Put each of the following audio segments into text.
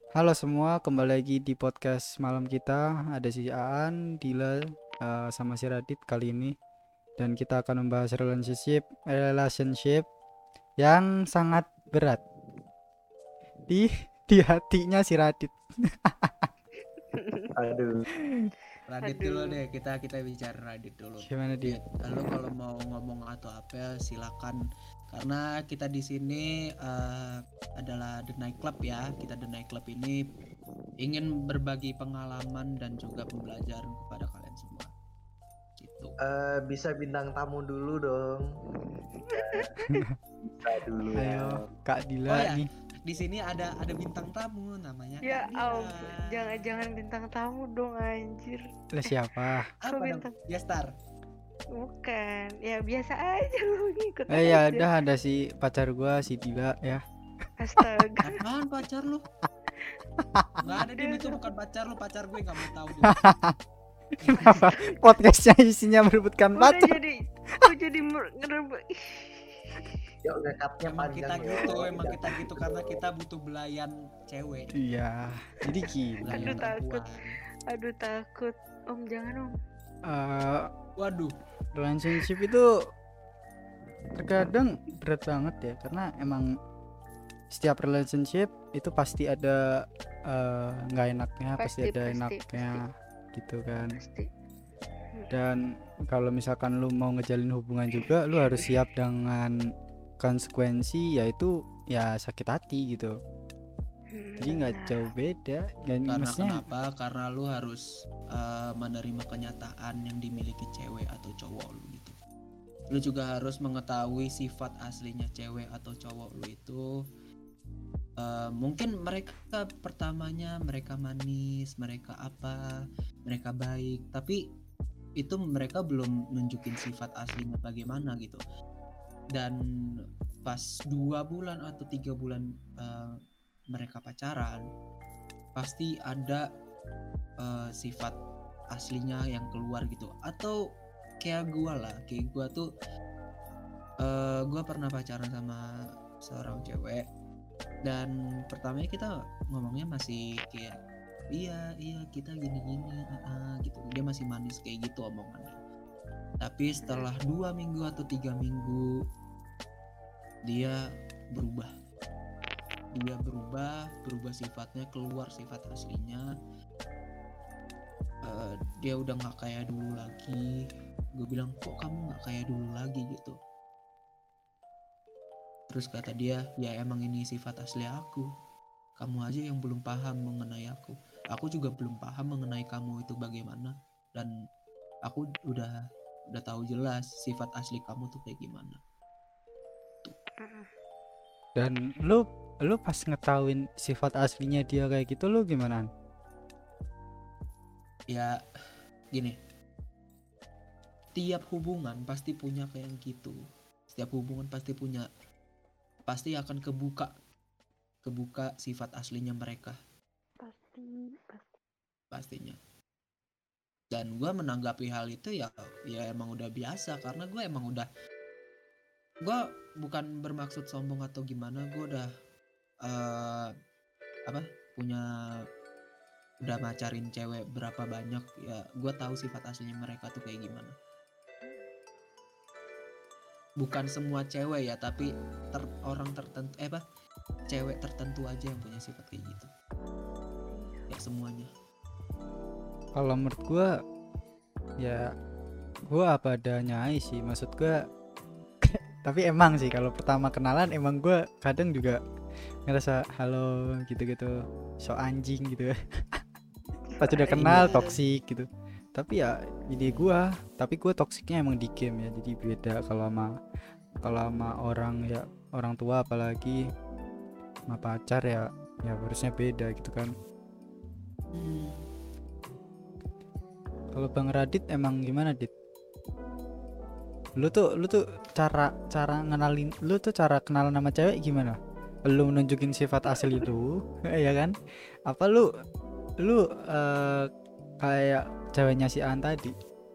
Halo semua, kembali lagi di podcast malam kita. Ada si Aan, Dila, sama si Radit kali ini. Dan kita akan membahas relationship yang sangat berat di di hatinya si Radit. Aduh, Radit dulu Aduh. deh, kita bicara Radit dulu. Gimana dia? Dit, lo kalau mau ngomong atau apa silakan. Karena kita di sini adalah The Night Club ya. Kita The Night Club ini ingin berbagi pengalaman dan juga pembelajaran kepada kalian semua. Gitu. bisa bintang tamu dulu dong. Bisa dulu ya. Ayo, Kak Dila Oh ya, nih. di sini ada bintang tamu namanya Ya Kak Dila. ampun, jangan bintang tamu dong anjir. Lah siapa? Apa dong? bintang? Gestar. Bukan, ya biasa aja lu ngikut Ya aja. udah ada si pacar gua si Dila ya. Astaga. Apaan pacar lu? Nggak ada dia, itu bukan pacar lu, pacar gue nggak mau tahu dia. Kenapa podcastnya isinya merebutkan Udah pacar? jadi ngerebut. Yuk ngekatnya Emang kita panjang gitu, ya. emang kita gitu karena kita butuh belayan cewek, Iya, jadi gini. belayan Aduh, takut. perempuan. Aduh takut. Om jangan om. Eh, Waduh, relationship itu terkadang berat banget ya, karena emang setiap relationship itu pasti ada nggak enaknya, pasti ada enaknya gitu kan. Pasti. Dan kalau misalkan lu mau ngejalin hubungan juga, lu harus siap dengan konsekuensi, yaitu ya sakit hati gitu. Jadi nggak jauh beda. Dan karena maksudnya kenapa? Karena lu harus menerima kenyataan yang dimiliki cewek atau cowok lu gitu. Lu juga harus mengetahui sifat aslinya cewek atau cowok lu itu. Mungkin mereka pertamanya mereka manis, mereka apa, mereka baik, tapi itu mereka belum nunjukin sifat aslinya bagaimana gitu. Dan pas 2 bulan atau 3 bulan mereka pacaran, pasti ada sifat aslinya yang keluar gitu. Atau kayak gua tuh gua pernah pacaran sama seorang cewek, dan pertamanya kita ngomongnya masih kayak iya kita gini gitu, dia masih manis kayak gitu omongannya. Tapi setelah 2 minggu atau 3 minggu dia berubah sifatnya, keluar sifat aslinya. Dia udah nggak kayak dulu lagi. Gue bilang, kok kamu nggak kayak dulu lagi gitu. Terus kata dia, ya emang ini sifat asli aku, kamu aja yang belum paham mengenai aku juga belum paham mengenai kamu itu bagaimana, dan aku udah tahu jelas sifat asli kamu tuh kayak gimana. dan lu pas ngetahuin sifat aslinya dia kayak gitu, lu gimana? Ya gini, tiap hubungan pasti punya kayak gitu. Setiap hubungan pasti akan kebuka sifat aslinya mereka pastinya. Dan gue menanggapi hal itu ya emang udah biasa, karena gue bukan bermaksud sombong atau gimana. Gue udah udah macarin cewek berapa banyak ya, gue tahu sifat aslinya mereka tuh kayak gimana. Bukan semua cewek ya, tapi orang tertentu cewek tertentu aja yang punya sifat kayak gitu. Ya semuanya. Kalau menurut gua ya gua apa adanya aja sih, maksud gua. Tapi emang sih kalau pertama kenalan emang gua kadang juga ngerasa halo gitu-gitu, so anjing gitu. Pas udah kenal toksik gitu. Tapi ya ide gua, tapi gua toksiknya emang di game ya, jadi beda kalau sama orang ya, orang tua apalagi sama pacar ya harusnya beda gitu kan. Kalau Bang Radit emang gimana, Dit? Lu tuh cara ngenalin, lu tuh cara kenalan sama cewek gimana? Lu nunjukin sifat asli lu ya kan? Apa lu kayak ceweknya si An tadi?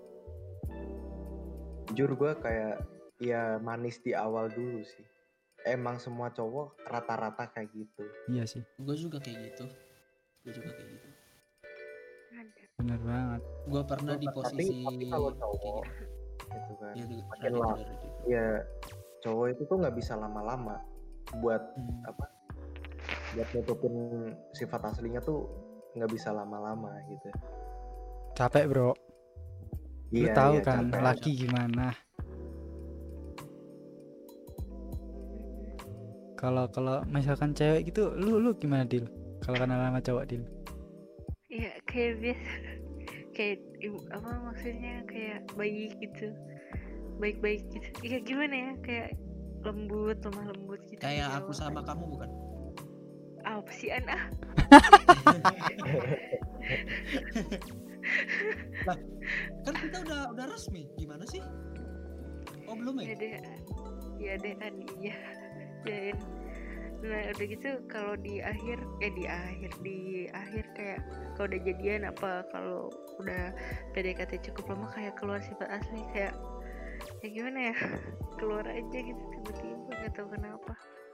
Jujur gue kayak ya manis di awal dulu sih. Emang semua cowok rata-rata kayak gitu. Iya sih. Gue juga kayak gitu. gue juga kayak gitu. Ada. Bener banget. Gue pernah di posisi tapi kalau cowok kayak gitu kan, gitu. makin lama ya cowok itu tuh nggak bisa lama-lama buat apa, buat nutupin sifat aslinya tuh nggak bisa lama-lama gitu. Capek bro. Lu Iya, tahu iya, kan capek. laki gimana. Kalau misalkan cewek gitu, lu gimana Dil? Kalau kenal sama cowok Dil? Ya kayak biasa. Kayak apa maksudnya, kayak baik gitu. Baik-baik gitu. Iya gimana ya? Kayak lemah lembut gitu. kayak dijawab. aku sama kamu bukan? Apa sih An? Lah, kan kita udah resmi. Gimana sih? Oh belum Ya ya? deh. Ya deh An, iya. Dan nah udah gitu kalau di akhir kayak kalau udah jadian apa kalau udah PDKT cukup lama kayak keluar sifat asli, kayak ya gimana ya, keluar aja gitu tiba-tiba nggak tahu kenapa.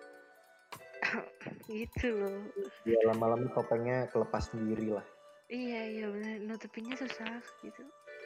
Gitu loh. Ya lama-lama topengnya kelepas sendiri lah. Iya benar, nutupinnya susah gitu.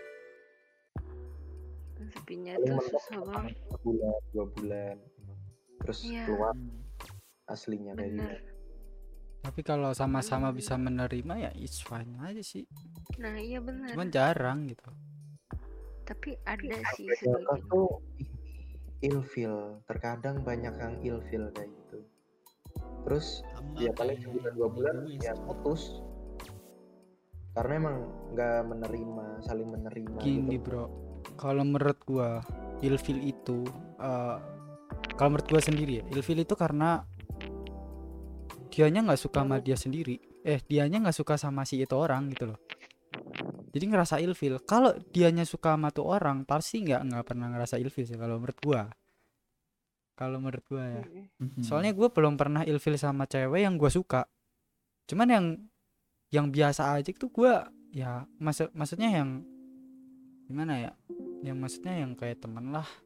Nutupinnya Paling tuh mentok susah banget. sebulan 2 bulan terus Iya. keluar aslinya kayak Bener. gitu. Tapi kalau sama-sama bisa menerima ya it's fine aja sih. Nah iya benar. Cuman jarang gitu. Tapi ada sih Banyak sebagian. tuh ilfil, terkadang banyak yang ilfil kayak gitu. Terus Sama ya paling kayak sebulan 2 bulan gue ya sih. putus karena emang nggak menerima, saling menerima Gini gitu. bro, kalau menurut gua ilfil itu kalau menurut gua sendiri ya, ilfil itu karena dianya nggak suka sama dia sendiri, dianya nggak suka sama si itu orang gitu loh. Jadi ngerasa ilfil. Kalau dianya suka sama tuh orang, pasti nggak pernah ngerasa ilfil sih kalau menurut gua. Kalau menurut gua ya. Soalnya gue belum pernah ilfil sama cewek yang gue suka. Cuman yang biasa aja tuh gue ya maksudnya yang gimana ya? Yang maksudnya yang kayak temen lah,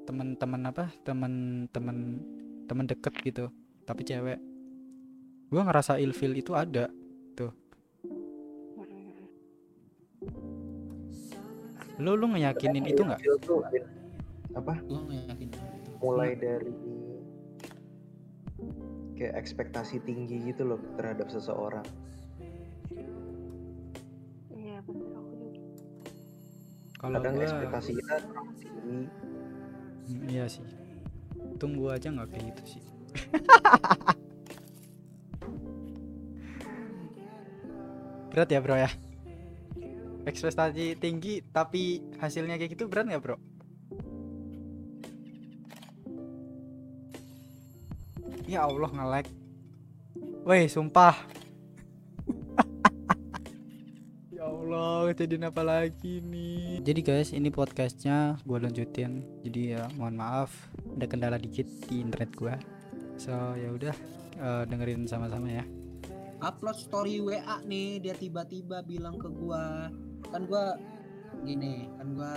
temen deket gitu. Tapi cewek. Gue ngerasa ilfil itu ada tuh. Lu ngeyakinin itu nggak? Ilfil tuh apa? Gue nggak yakin itu. Mulai dari kayak ekspektasi tinggi gitu loh terhadap seseorang. Iya benar, aku juga. Kalau Kadang gue ekspektasi kita terlalu tinggi. iya sih. Tunggu aja nggak kayak gitu sih. Berat ya bro ya. Ekspektasi tinggi tapi hasilnya kayak gitu berat nggak bro? Ya Allah nge-lag. Weh sumpah. Ya Allah kejadian apa lagi nih. Jadi guys ini podcastnya gue lanjutin. Jadi ya mohon maaf ada kendala dikit di internet gue. So ya udah dengerin sama-sama ya. Upload story WA nih, dia tiba-tiba bilang ke gua. Kan gua gini, kan gua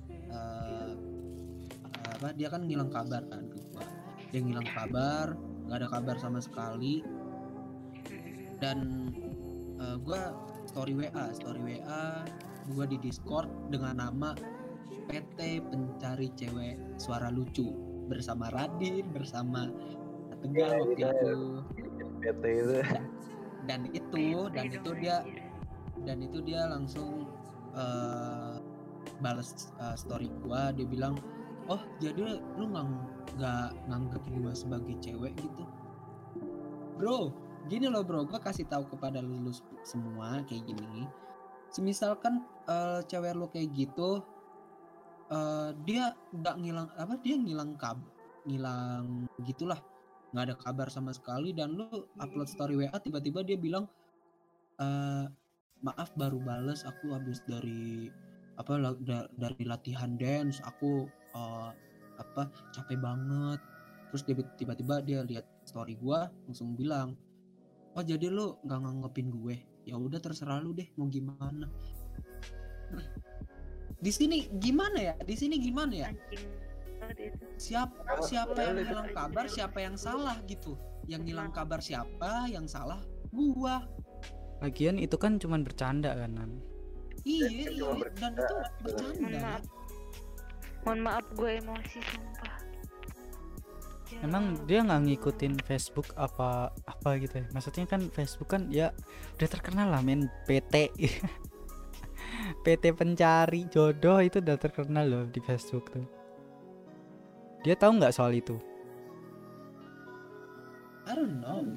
dia kan ngilang kabar kan ke gua. Dia ngilang kabar, nggak ada kabar sama sekali. Dan gua story WA gua di Discord dengan nama PT Pencari Cewek Suara Lucu bersama Radin, bersama Tegal waktu itu. PT itu. Dan itu dia langsung balas story gua. Dia bilang, oh jadi lu nggak nganggep gua sebagai cewek gitu, bro. Gini loh bro, gua kasih tahu kepada lu semua kayak gini. Semisalkan cewek lu kayak gitu, dia nggak ngilang gitulah, nggak ada kabar sama sekali. Dan lu upload story WA tiba-tiba dia bilang, maaf baru bales, aku habis dari latihan dance, aku capek banget. Terus tiba-tiba dia lihat story gua langsung bilang, oh jadi lu nggak nganggepin gue? Ya udah terserah lu deh mau gimana. Di sini gimana ya? Anjing banget itu. Siapa yang hilang kabar, siapa yang salah gitu? Yang hilang kabar siapa, yang salah gua. Lagian itu kan cuman bercanda kan Nan. Iya, Cuma dan itu bercanda. Mohon maaf gue emosi sumpah. Ya Emang Allah. dia nggak ngikutin Facebook apa gitu ya? Maksudnya kan Facebook kan ya udah terkenal lah men, PT PT pencari jodoh itu udah terkenal loh di Facebook tuh. Dia tahu nggak soal itu? I don't know.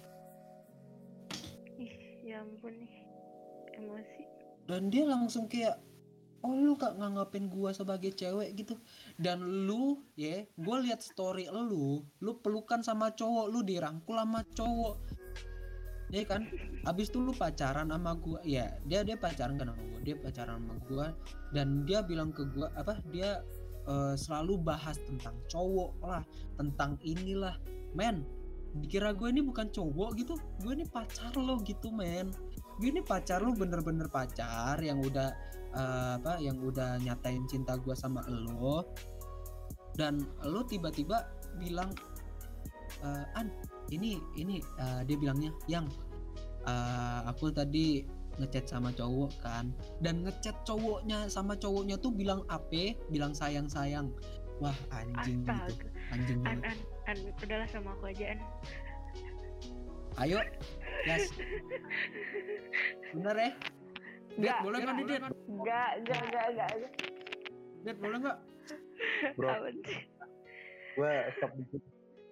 Ih, ya ampun nih. Emosi. Dan dia langsung kayak, oh lu gak nganggapin gua sebagai cewek gitu. Dan lu ya, gua lihat story lu pelukan sama cowok, lu dirangkul sama cowok, ya kan? Abis itu lu pacaran sama gua, ya dia pacaran kan sama gua, dia pacaran sama gua, dan dia bilang ke gua apa? Dia selalu bahas tentang cowok lah, tentang inilah, men. Dikira gue ini bukan cowok gitu, gue ini pacar lo gitu, men. Gue ini pacar lo, bener-bener pacar yang udah yang udah nyatain cinta gue sama lo, dan lo tiba-tiba bilang An ini dia bilangnya yang aku tadi ngechat sama cowok kan, dan ngechat cowoknya sama cowoknya tuh bilang apa, bilang sayang. Wah anjing gitu, Astaga. anjing An banget. udahlah sama aku aja An. Ayo gas, bener ya Dit, boleh nggak Dit? Enggak. Dit, boleh nggak? Bro, Apa sih? gue stop dikit.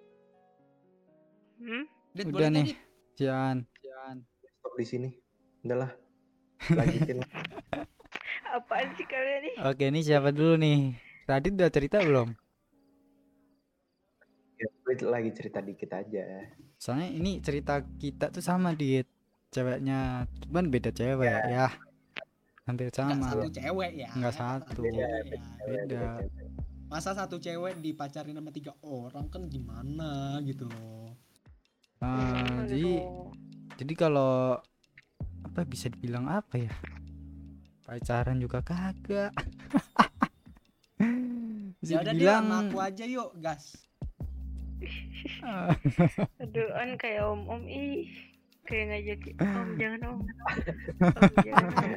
Dit, Udah boleh nggak, nih. Dit? Jangan. Stop di sini. Udahlah. Lanjutin. Apaan sih kalian nih? Oke, ini siapa dulu nih? Tadi udah cerita belum? Ya, gue lagi cerita dikit aja. Soalnya ini cerita kita tuh sama di ceweknya, cuman beda cewek ya. Hampir Nggak sama. satu cewek ya. Nggak satu. Cewek ya. Beda. Masa satu cewek dipacarin sama 3 orang kan gimana gitu loh. Jadi kalau apa bisa dibilang apa ya? Pacaran juga kagak. Bisa Ya udah dia dibilang sama aku aja yuk, gas. Aduh, An kayak om ih. Kayak ngajakin om jangan om. Om jangan.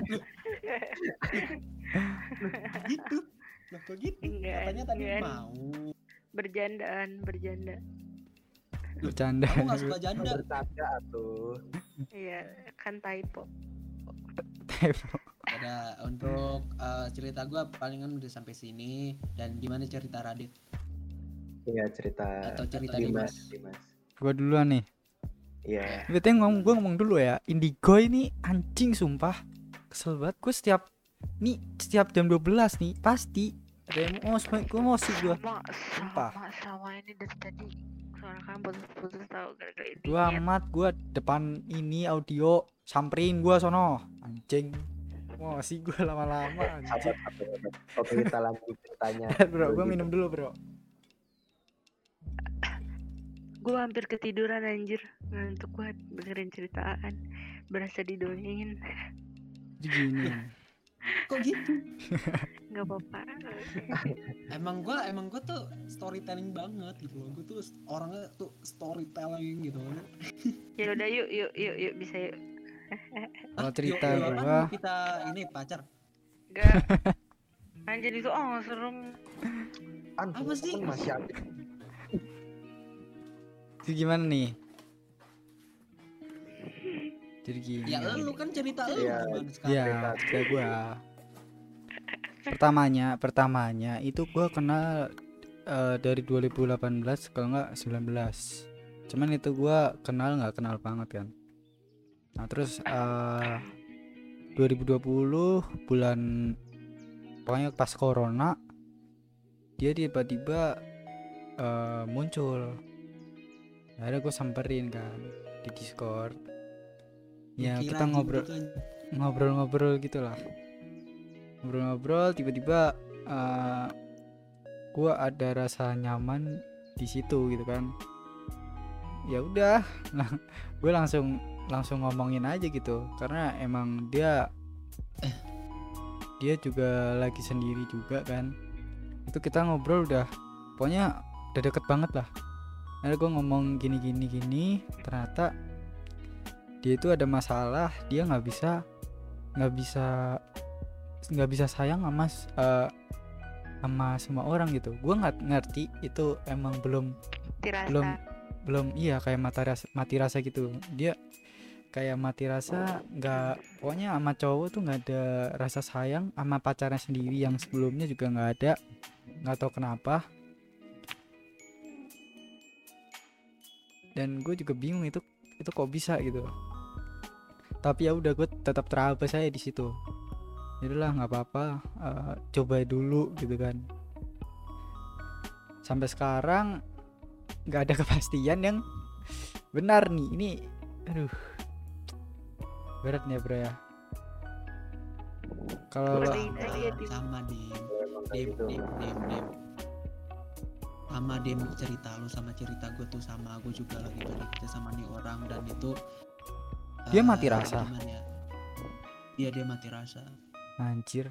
Gitu. Loh kok gitu? Enggak, Katanya tadi enggak. mau. Bercanda. bercanda. Kamu gak suka janda. Bercanda tuh. Iya, kan typo. Ada untuk cerita gue palingan udah sampai sini. Dan gimana cerita Radit? Iya, cerita Atau cerita Dimas. Gua duluan nih. Iya. Berarti gue ngomong dulu ya. Indigo ini anjing sumpah. Kesel banget gue setiap jam 12 nih pasti ada emosi gue. Sama ini dari tadi. Suara kan putus tahu gara-gara ini. Gua amat gue depan ini audio samperin gue sono anjing. Emosi gue lama-lama anjing. Sabar. Oke, kita lanjut ceritanya. Bro, gue minum dulu bro. Gue hampir ketiduran anjir. Ngantuk banget dengerin ceritaan. Berasa didongengin. Gini. Kok gitu? Gak apa-apa. Emang gue tuh storytelling banget gitu loh. Gue tuh orangnya tuh storytelling gitu. Ya udah yuk bisa yuk. Kalau cerita Yuk, gua kan kita ini pacar. Gak. Anjir itu serem. Apa sih? Masih ada. itu gimana nih? Jadi gini. Ya lu kan cerita lu Iya. gimana sekarang? Ya, cerita gua. Pertamanya itu gua kenal dari 2018 kalau nggak 19. Cuman itu gua nggak kenal banget kan. Nah, terus 2020 bulan pokoknya pas corona dia tiba-tiba muncul. Akhirnya gue samperin kan di Discord. Ya Kira kita gitu. ngobrol-ngobrol gitulah. Ngobrol-ngobrol tiba-tiba gue ada rasa nyaman di situ gitu kan. Ya udah, gue langsung ngomongin aja gitu karena emang dia juga lagi sendiri juga kan. Itu kita ngobrol udah pokoknya udah deket banget lah. Ada gue ngomong gini ternyata dia itu ada masalah, dia nggak bisa sayang sama semua orang gitu. Gue nggak ngerti itu emang belum Dirasa. iya kayak mati rasa gitu. Dia kayak mati rasa, nggak, pokoknya sama cowok tuh nggak ada rasa sayang, sama pacarnya sendiri yang sebelumnya juga nggak ada, nggak tahu kenapa. Dan gue juga bingung itu kok bisa gitu. Tapi ya udah, gue tetap teraba saya di situ. Yaudahlah nggak apa-apa, coba dulu gitu kan. Sampai sekarang nggak ada kepastian yang benar nih. Ini aduh, berat nih ya bro ya. Kalau Bedain aja, Dim. sama Dim. Emang kayak gitu. Dim. Sama Dim, cerita lu sama cerita gue tuh sama. Gue juga lagi PDKT sama nih orang, dan itu Dia mati rasa. gimana ya? Iya, dia mati rasa. anjir,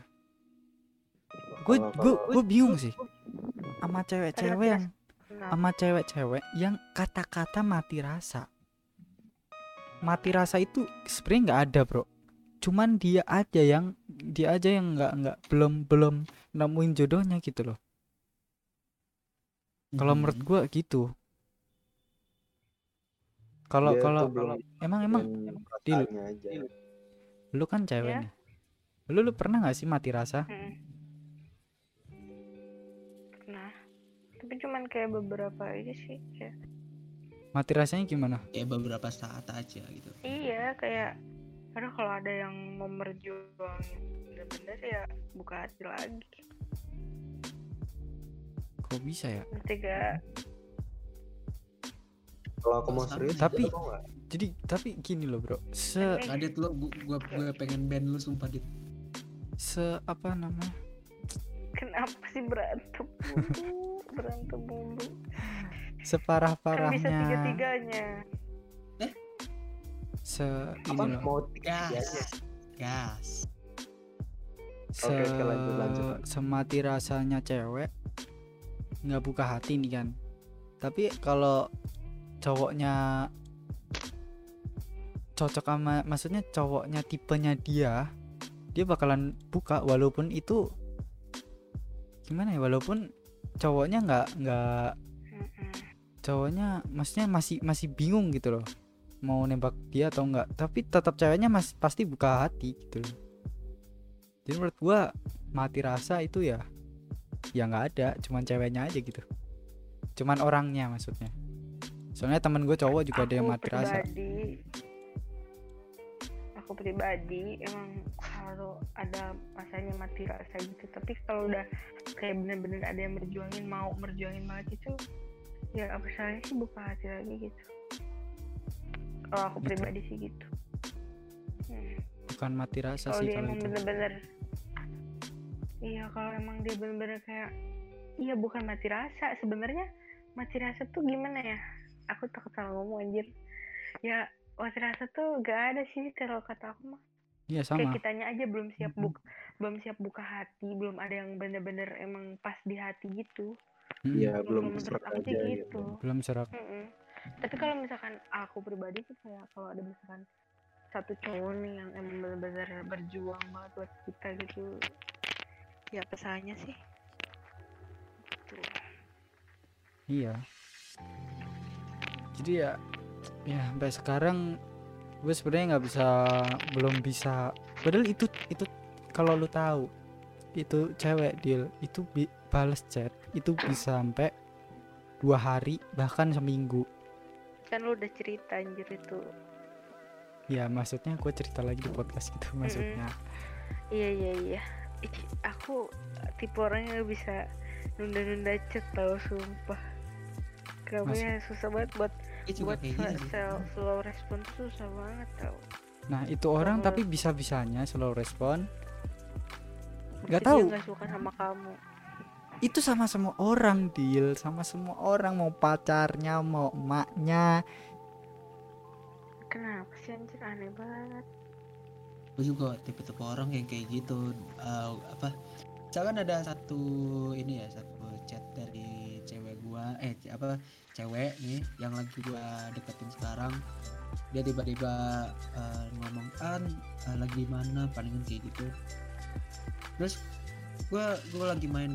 Kalau- gue bingung sih sama cewek-cewek yang Nah, yang kata-kata mati rasa. Mati rasa itu sebenarnya nggak ada bro, cuman dia aja yang nggak belum nemuin jodohnya gitu loh. Kalau menurut gue gitu. Kalau Dia kalau tuh belum emang nemuin Dil, rasanya aja. lu kan cewek Ya. nih, lu pernah nggak sih mati rasa? nah, tapi cuman kayak beberapa aja sih. Kayak, Mati rasanya gimana? Ya beberapa saat aja gitu. iya, kayak aduh kalau ada yang mau merjuangin bener-bener ya buka hati lagi. Kok bisa ya? Ngerti gak? Kalau aku mau Sama serius, aja. Tapi- lu mau nggak? Jadi tapi gini loh bro, Adit, lu gue pengen ban lu sumpah, Dit. apa namanya, Kenapa sih berantem mulu? Berantem mulu. Kan bisa separah-parahnya, tiga-tiganya. Apa ini loh, mau Gas. Oke, lanjut. semati rasanya cewek nggak buka hati nih kan. Tapi kalau cowoknya cocok sama, maksudnya cowoknya tipenya dia bakalan buka, walaupun itu gimana ya, walaupun cowoknya nggak Mm-mm. cowoknya maksudnya masih bingung gitu loh mau nembak dia atau enggak, tapi tetap ceweknya masih pasti buka hati gitu loh. Jadi menurut gua mati rasa itu ya nggak ada, cuman ceweknya aja gitu, cuman orangnya maksudnya. Soalnya temen gue cowok juga ada yang mati rasa. Aku pribadi emang kalau ada masanya mati rasa gitu, tapi kalau udah kayak bener-bener ada yang mau merjuangin banget itu, ya apa salahnya sih buka hati lagi gitu. Kalau aku Gitu. pribadi sih gitu. Bukan mati rasa Kalau sih dia kalau emang itu. bener-bener, iya kalau emang dia bener-bener kayak, iya bukan mati rasa sebenarnya. Mati rasa tuh gimana ya? Aku takut salah ngomong anjir. Ya mati rasa tuh gak ada sih kalau kata aku mah. Iya Kayak sama. kitanya aja belum siap buka hati, belum ada yang bener-bener emang pas di hati gitu. Iya, Kalau belum menurut serak aku sih aja gitu. gitu. Belum serak. Tapi kalau misalkan aku pribadi sih kayak kalau ada misalkan satu cowok nih yang emang bener-bener berjuang banget buat kita gitu, ya pesannya sih gitu. Iya. Jadi ya sampai sekarang gue sebenarnya belum bisa. Padahal itu kalau lu tahu itu cewek deal itu balas chat itu bisa sampai 2 hari bahkan seminggu. Kan lu udah cerita anjir itu. Ya maksudnya gue cerita lagi di podcast gitu maksudnya. Iya. Ih, aku tipe orang yang gak bisa nunda-nunda chat tau, sumpah. Kamu ya susah banget buat Juga kayak gitu. slow respon tuh susah banget tau. Nah itu orang Kalau- tapi bisa-bisanya slow respon. Gak Dia tahu. nggak suka sama kamu. Itu sama semua orang deal, sama semua orang, mau pacarnya mau emaknya. Kenapa sih anjir, aneh banget. Gue juga tipe-tipe orang yang kayak gitu. Misalkan ada satu chat dari cewek gua, cewek nih yang lagi gua deketin sekarang. dia tiba-tiba ngomong lagi mana palingan kayak gitu. Terus gue lagi main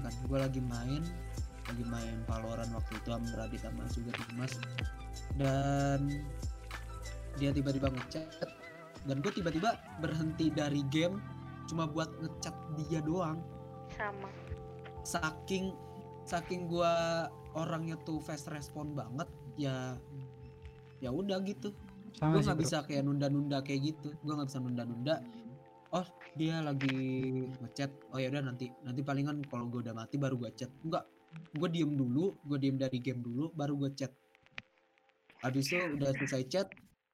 Valorant waktu itu sama Radit sama juga Dimas, dan dia tiba-tiba ngechat dan gue tiba-tiba berhenti dari game cuma buat ngechat dia doang. Sama. Saking gue orangnya tuh fast respon banget, ya udah gitu. Sama Gue sih nggak bro. bisa kayak nunda-nunda kayak gitu. Gue nggak bisa nunda-nunda. Oh dia lagi ngechat, oh ya udah nanti palingan kalau gue udah mati baru gue chat. Enggak, gue diem dari game dulu baru gue chat. Habis itu udah selesai chat,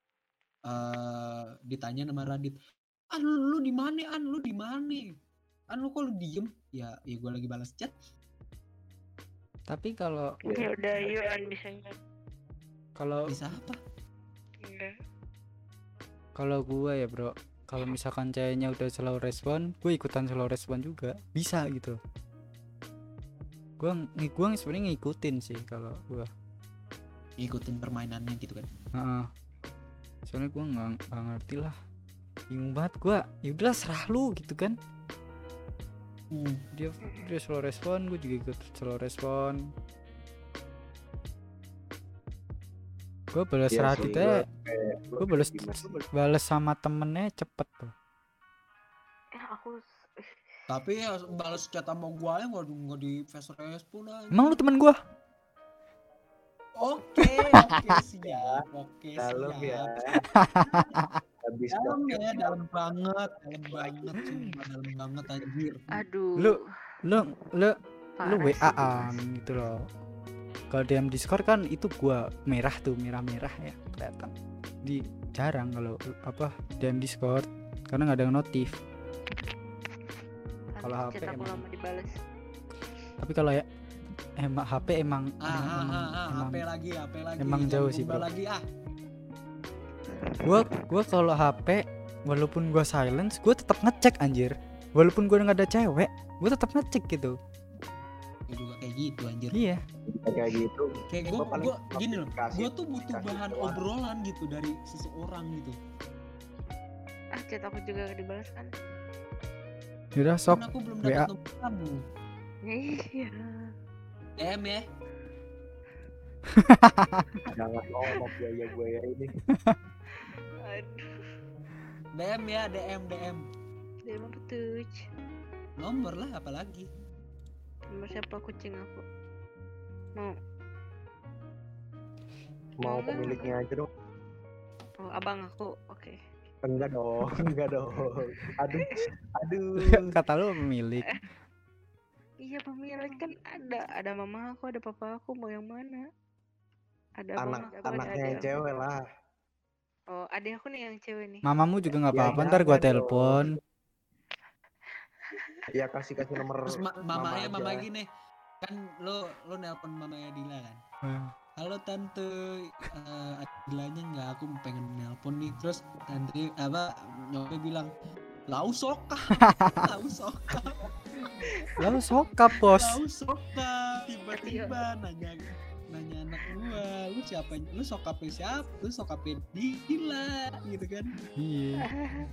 ditanya sama Radit, lu di mana lu kok lu diem? Ya gue lagi balas chat. Tapi kalau Ya udah yuk bisa Bisa apa? enggak. kalau gue ya bro, kalau misalkan ceweknya udah slow respon, gue ikutan slow respon juga bisa gitu. Gue sebenarnya ngikutin sih kalau gue. Ngikutin permainannya gitu kan. Soalnya gue nggak ngerti lah, bingung banget gue. Ya udahlah serah lu gitu kan. Dia slow respon, gue juga ikut slow respon. Gue balas Iya Radit sih, aja, gua gue balas Dimas. sama temennya cepet tuh. Aku Tapi ya balas chat sama gue aja nggak di fast respon aja. Emang lu temen gue? Oke siap. Dalam ya. Habis Dalam banget sumpah, dalam banget anjir. aduh. Lu Parah sih, WA-an gitu loh. Kalau DM Discord kan itu gua merah ya kelihatan. Di jarang kalau DM Discord karena nggak ada notif. Kalau HP chat aku emang. lama dibales. Tapi kalau ya HP emang HP lagi emang jauh sih, bro. lagi Gua kalau HP walaupun gua silence, gua tetap ngecek anjir. Walaupun gua nggak ada cewek, gua tetap ngecek gitu. ya juga kayak gitu anjir. Iya. kayak gitu. Kayak Gua paling gue gini loh, notifikasi- gue tuh butuh notifikasi bahan doang. obrolan gitu dari seseorang gitu. Chat aku juga gak dibalas kan. Yaudah sok Karena aku belum WA. dapat nomor kamu. Iya. DM ya. Jangan ngomong buaya ini. Aduh. DM ya, DM. Dia emang betul. Nomor lah apalagi. Nomor siapa kucing aku? Mau. Mau pemiliknya aja dong. Oh, abang aku. Oke. Enggak dong. Aduh. Kata lu pemilik. Iya pemilik kan ada mama aku, ada papa aku, mau yang mana? Ada abang aku, ada Anaknya adik yang aku. cewek lah. Oh, adik aku nih yang cewek nih. Mamamu juga nggak Ya, apa-apa, ntar gua jangan telepon. Ya kasih nomor. Terus mamanya aja. mama gini. Kan lo nelpon mamanya Dila kan. Halo tante, Dilanya nggak, aku pengen nelpon nih. Terus tante nyokapnya bilang, lau soka. Lalu sokap bos. Lau soka. Tiba-tiba nanya anak gua, lu sokapnya siapa? Lu sokapnya Dila gitu kan. Iya.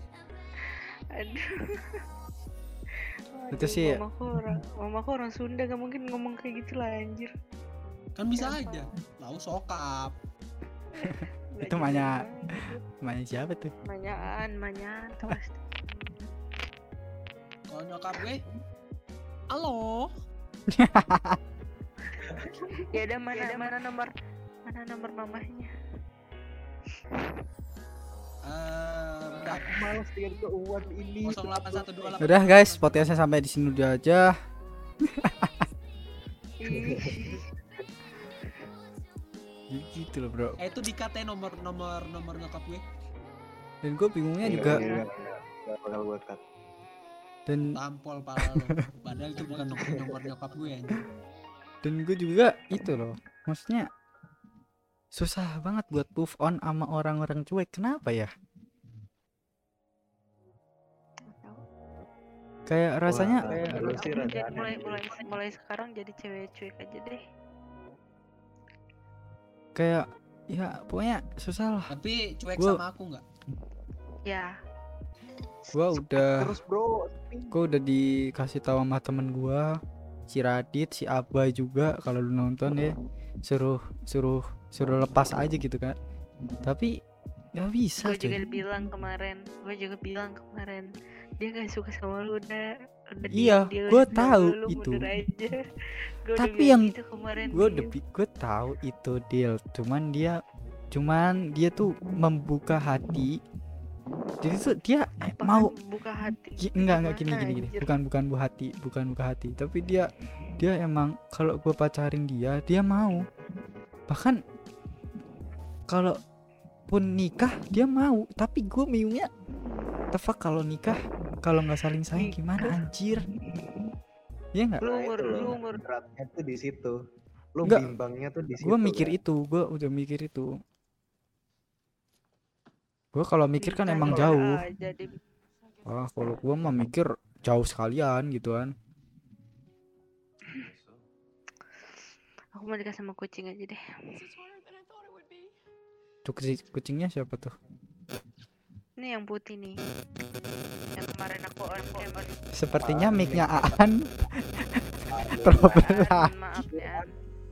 Aduh. Itu sih- Mamaku orang Sunda, gak mungkin ngomong kayak gitu lah anjir. Kan bisa aja. Lau sokap. Itu Manya siapa tuh? Manyaan pasti. Kalau nyokap gue, halo. Ya udah mana nomor mamahnya? Aku malas dengan keuangan ini. 0812. Udah guys, podcastnya sampai di sini dulu aja. Gitu loh bro. Itu dikatain nomor nyokap gue. Dan gue bingungnya juga. Enggak bakal gue cut. Dan Tampol pala lo. Padahal itu bukan nomor nyokap gue anjir. dan gue juga itu loh. Maksudnya susah banget buat move on sama orang-orang cuek. Kenapa ya? Kayak rasanya Lu sih Aku rada jadi aneh. mulai sekarang jadi cewek cuek aja deh. kayak Ya pokoknya susah lah. Tapi cuek Gua- sama aku nggak? Ya, Gua udah Terus bro, Gue udah dikasih tahu sama temen gue, si Radit, si Abai juga, kalau lu nonton ya suruh lepas aja gitu kan. Tapi nggak bisa gue juga coy. bilang kemarin, dia gak suka sama lu, udah Iya, diem, dia gua gak suka tahu sama lu, itu. mundur aja. Gue udah Tapi bilang yang gitu kemarin. gue tahu itu deal, cuman dia tuh membuka hati. Jadi tuh dia mau buka hati. enggak gini Gimana, gini anjir? bukan buka hati, tapi dia emang kalau gue pacarin dia mau, bahkan kalau pun nikah dia mau. Tapi gue bingungnya tefak, kalau nikah kalau nggak saling sayang gimana anjir, ya nggak? Lu nah itu loh, lu umur beratnya tuh di situ. Lu Enggak, bimbangnya tuh di situ. gue mikir kan. itu, gue udah mikir itu. Gue kalau mikir kan emang nikah jauh. aja deh. Wah, kalau gue mah mikir jauh sekalian gitu kan. Aku mau nikah sama kucing aja deh. Tuh kucingnya siapa tuh? Ini yang putih nih. Yang kemarin aku on cam. Sepertinya Ah, mic-nya mic-nya. Aan terbelah. Maaf ya.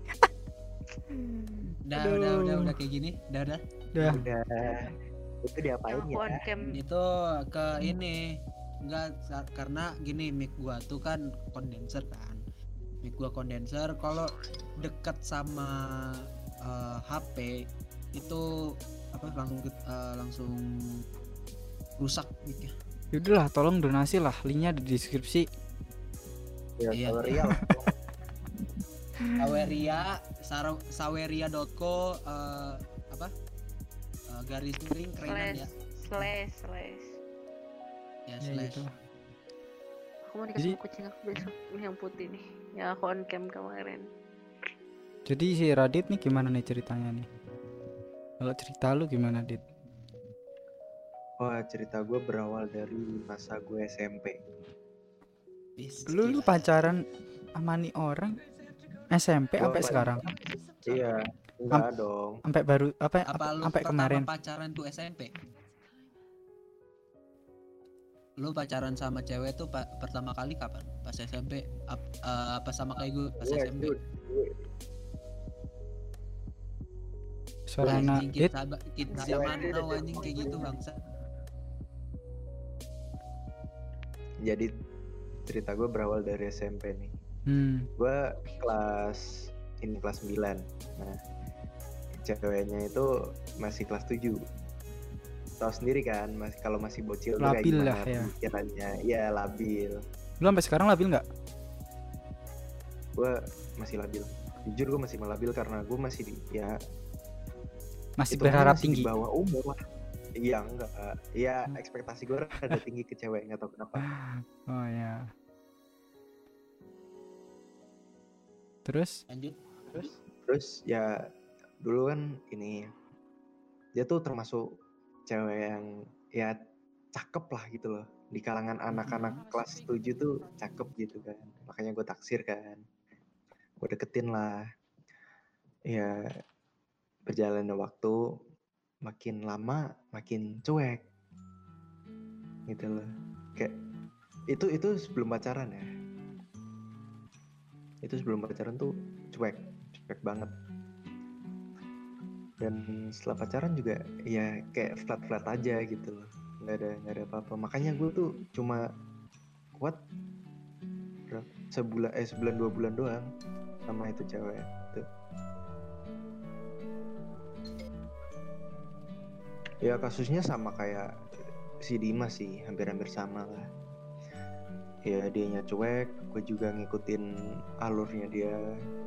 Udah kayak gini. Udah. Udah. Udah. Itu diapain Yang aku ya? on cam. Itu ke ini enggak karena gini, mic gua tuh kan kondenser kan. Mic gua kondenser, kalau dekat sama HP itu apa langsung rusak mic-nya. Yaudahlah, tolong donasi lah, linknya di deskripsi. Ya, Iya. Saweria lah. Saweria.co garis miring kerenan ya. Slash. Ya Ya slash. gitu. Aku mau nikah Jadi- sama kucing aku besok. Ini yang putih nih. Yang aku on cam kemarin. Jadi si Radit nih gimana nih ceritanya nih? Kalau cerita lu gimana, Dit? Wah, cerita gue berawal dari masa gue SMP. Lu pacaran sama nih orang SMP Gua sampai apa- sekarang? Iya, enggak dong. Sampai baru Apa lu sampai pertama kemarin? pacaran tuh SMP? Lu pacaran sama cewek tuh pertama kali kapan? Pas SMP? Apa sama kayak gue pas Gue SMP? Suara anak Anjing, Dit. kita zaman now anjing kayak gitu bangsa. Jadi cerita gue berawal dari SMP nih. Gue kelas 9. Nah, ceweknya itu masih kelas 7. Tahu sendiri kan, kalau masih bocil tuh kayak Labil gimana lah ya. pemikirannya. Iya, labil. Lu sampai sekarang labil nggak? Gue masih labil. Jujur gue masih labil karena gue masih Masih hitungannya berharap masih tinggi. di bawah umur lah. Iya enggak. Iya, ekspektasi gue rada tinggi ke cewek, nggak tahu kenapa. Oh ya. Terus? Lanjut. Terus ya dulu kan ini dia tuh termasuk cewek yang ya cakep lah gitu loh, di kalangan anak-anak kelas 7 tuh cakep gitu kan, makanya gue taksir kan, gue deketin lah. Ya berjalannya waktu makin lama makin cuek gitu loh, kayak itu sebelum pacaran ya, itu sebelum pacaran tuh cuek banget. Dan setelah pacaran juga ya kayak flat aja gitu loh, nggak ada apa-apa. Makanya gue tuh cuma kuat sebulan 2 bulan doang sama itu cewek tuh. Ya kasusnya sama kayak si Dimas sih, hampir sama lah. Ya dianya cuek, gue juga ngikutin alurnya dia,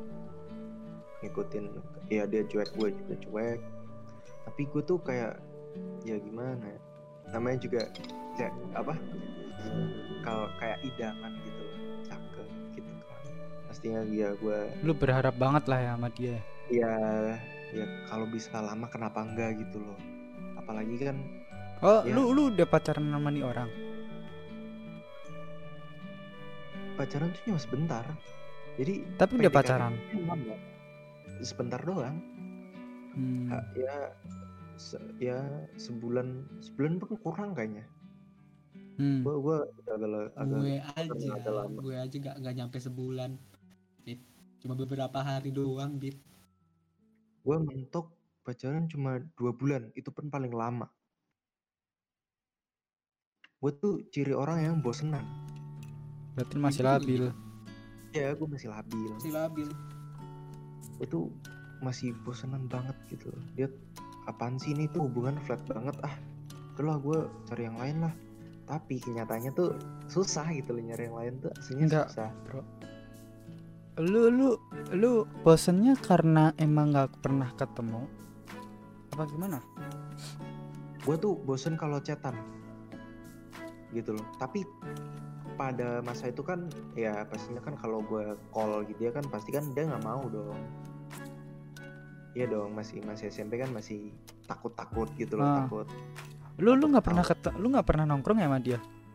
ya dia cuek, gue juga cuek. Tapi gue tuh kayak ya gimana ya, namanya juga kayak apa, kalau kayak idaman gitu loh, cakep gitu kan, pastinya dia gue Lu berharap banget lah ya sama dia. ya kalau bisa lama kenapa enggak gitu loh, apalagi kan Oh, Ya. lu udah pacaran sama nih orang? pacaran tuh cuma sebentar, jadi Tapi udah PDKT pacaran. lama. Sebentar doang. Ya ya sebulan pun kurang kayaknya. Gue agak lama. Gue aja gak nyampe sebulan, Dit. Cuma beberapa hari doang, Dit. Gue mentok pacaran cuma 2 bulan, itu pun paling lama. Gue tuh ciri orang yang bosenan. Berarti masih labil. Ya, gue masih labil. Gue tuh masih bosenan banget gitu. Dia apaan sih ini tuh hubungan flat banget, udahlah gue cari yang lain lah. Tapi kenyataannya tuh susah gitu loh, nyari yang lain tuh aslinya Enggak, susah. bro. Lu bosennya karena emang nggak pernah ketemu apa gimana? Gue tuh bosen kalau chatan gitu loh. Tapi pada masa itu kan ya pastinya kan kalau gue call gitu ya kan pasti kan dia nggak mau dong. Iya dong, masih SMP kan masih takut gitu loh, takut. Lu nggak pernah lu nggak pernah nongkrong ya sama dia?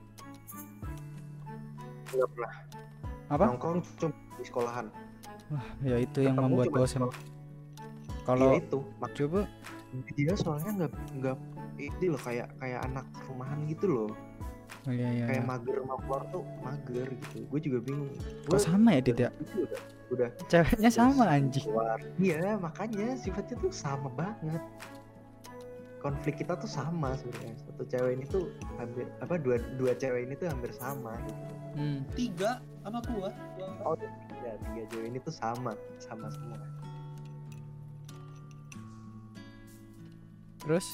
Nggak pernah. Apa? Nongkrong cuma di sekolahan. Wah, ya itu yang membuat bosan. Kalau ya itu, coba dia soalnya nggak itu loh, kayak anak rumahan gitu loh. Iya. Kayak mager, mau keluar tuh mager gitu. Gue juga bingung. Kok sama ya Dit ya? Udah ceweknya sama anjing. Iya, makanya sifatnya tuh sama banget. Konflik kita tuh sama sebenarnya. Satu cewek ini tuh hampir dua cewek ini tuh hampir sama gitu. 3 sama gua. Oh, 3 cewek ini tuh sama semua. Terus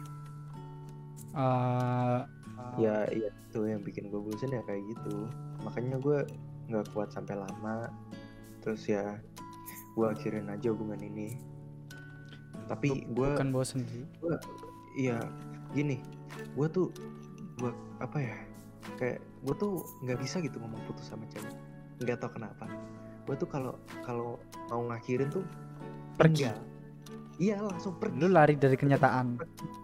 ya itu yang bikin gue bosan ya kayak gitu. Makanya gue nggak kuat sampai lama. Terus ya gue akhirin aja hubungan ini. Tapi gue bukan bosan sih. Iya gini, gue kayak gue tuh nggak bisa gitu ngomong putus sama cewek. Nggak tau kenapa. Gue tuh kalau mau ngakhirin tuh pergi. Iya, langsung pergi. Lu lari dari kenyataan.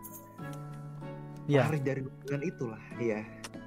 Iya. Lari dari hubungan itulah, iya.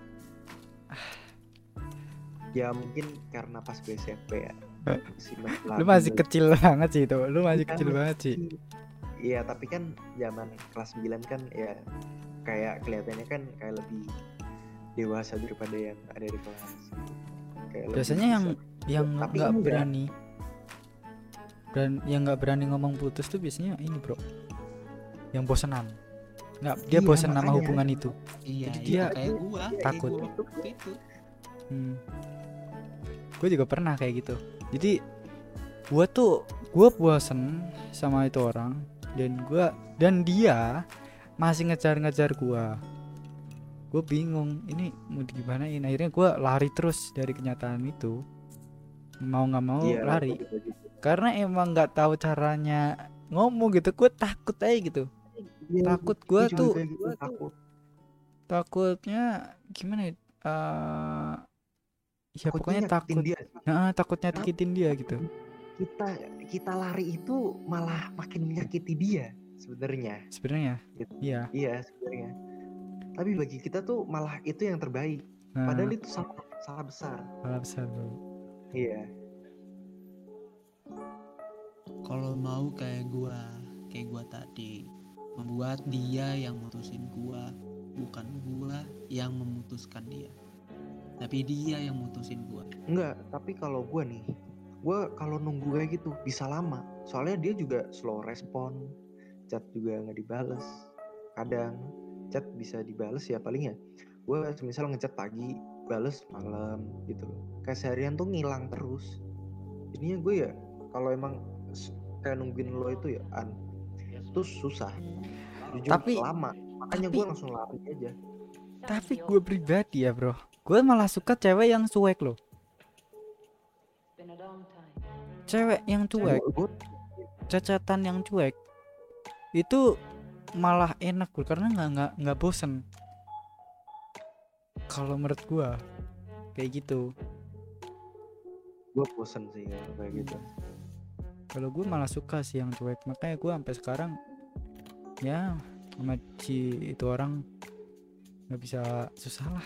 Ya mungkin karena pas gue SMP ya. Lu masih kecil banget sih itu. Lu masih kecil banget sih. Iya, tapi kan zaman kelas 9 kan ya kayak kelihatannya kan kayak lebih dewasa daripada yang ada di kelas. Kayak biasanya yang nggak berani dan yang nggak berani ngomong putus tuh biasanya ini bro, yang bosenan. Dia bosan sama hubungan itu. Iya, jadi dia kayak gua takut. Itu. Gue juga pernah kayak gitu. Jadi gue bosen sama itu orang dan dia masih ngejar gue. Gue bingung ini mau gimanain. Akhirnya gue lari terus dari kenyataan itu. Mau nggak mau lari. Karena emang nggak tahu caranya ngomong gitu. Gue takut aja gitu. Takut gue tuh. Takutnya gimana ya? Ya pokoknya takut. Takut nyakitin dia gitu. Kita lari itu malah makin menyakiti dia sebenarnya. Gitu. Iya sebenarnya. Tapi bagi kita tuh malah itu yang terbaik. Padahal itu salah besar. Bro. Iya. Kalau mau kayak gua tadi, membuat dia yang mutusin gua, bukan gua yang memutuskan dia. Tapi dia yang mutusin gua. Enggak, tapi kalau gua nih, gua kalau nunggu kayak gitu bisa lama. Soalnya dia juga slow respon, chat juga nggak dibales. Kadang chat bisa dibales ya paling ya. Gua misal ngechat pagi, bales malam gitu loh. Kayak seharian tuh ngilang terus. Jadinya gue ya kalau emang kayak nungguin lo itu ya itu susah. Jujur tapi lama. Makanya gue langsung lari aja. Tapi gue pribadi ya bro, gue malah suka cewek yang cuek loh. Cewek yang cuek, cacatan yang cuek itu malah enak bro, karena nggak bosen. Kalau menurut gue kayak gitu. Gue bosen sih kayak gitu. Kalau gue malah suka sih yang cuek, makanya gue sampai sekarang ya sama itu orang nggak bisa, susah lah.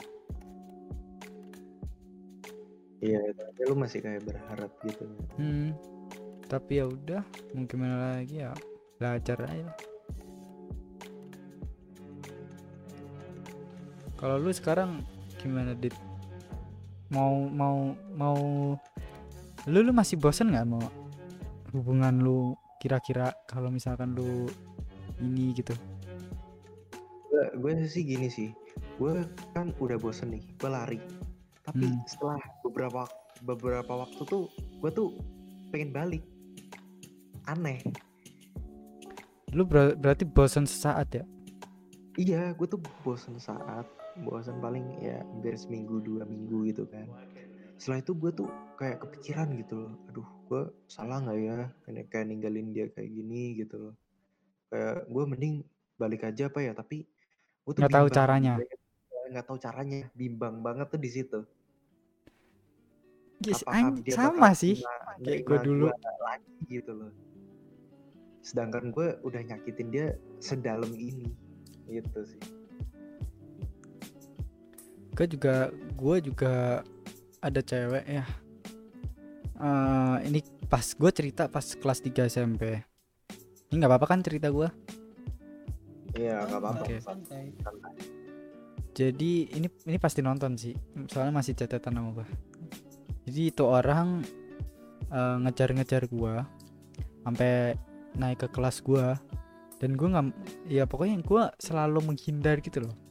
Iya, tapi lu masih kayak berharap gitu. Tapi ya udah, mau gimana lagi ya. belajar aja. Kalau lu sekarang gimana, Dit? Mau lu masih bosen nggak mau hubungan lu, kira-kira kalau misalkan lu ini gitu? Gue sih gini sih, gue kan udah bosen nih, gue lari. Tapi setelah beberapa waktu tuh, gue tuh pengen balik. Aneh. Lu berarti bosen sesaat ya? Iya, gue tuh bosen paling ya hampir seminggu 2 minggu gitu kan. Setelah itu gue tuh kayak kepikiran gitu loh, aduh gue salah nggak ya kayak ninggalin dia kayak gini gitu loh. Kayak gue mending balik aja apa ya, tapi gue tuh Nggak tahu bimbang caranya. nggak tahu caranya, bimbang banget tuh di situ. Yes, Apakah dia sama bakal sih kayak gue dulu. gua lagi gitu loh. Sedangkan gue udah nyakitin dia sedalam ini gitu sih. Gue juga ada cewek ya. Ini pas gue cerita pas kelas 3 SMP. Ini nggak apa-apa kan cerita gue? Iya, nggak apa-apa. Oke. Santai. Jadi ini pasti nonton sih, soalnya masih catatan sama gue. Jadi itu orang ngejar-ngejar gue sampai naik ke kelas gue, dan gue nggak, ya pokoknya gue selalu menghindar gitu loh.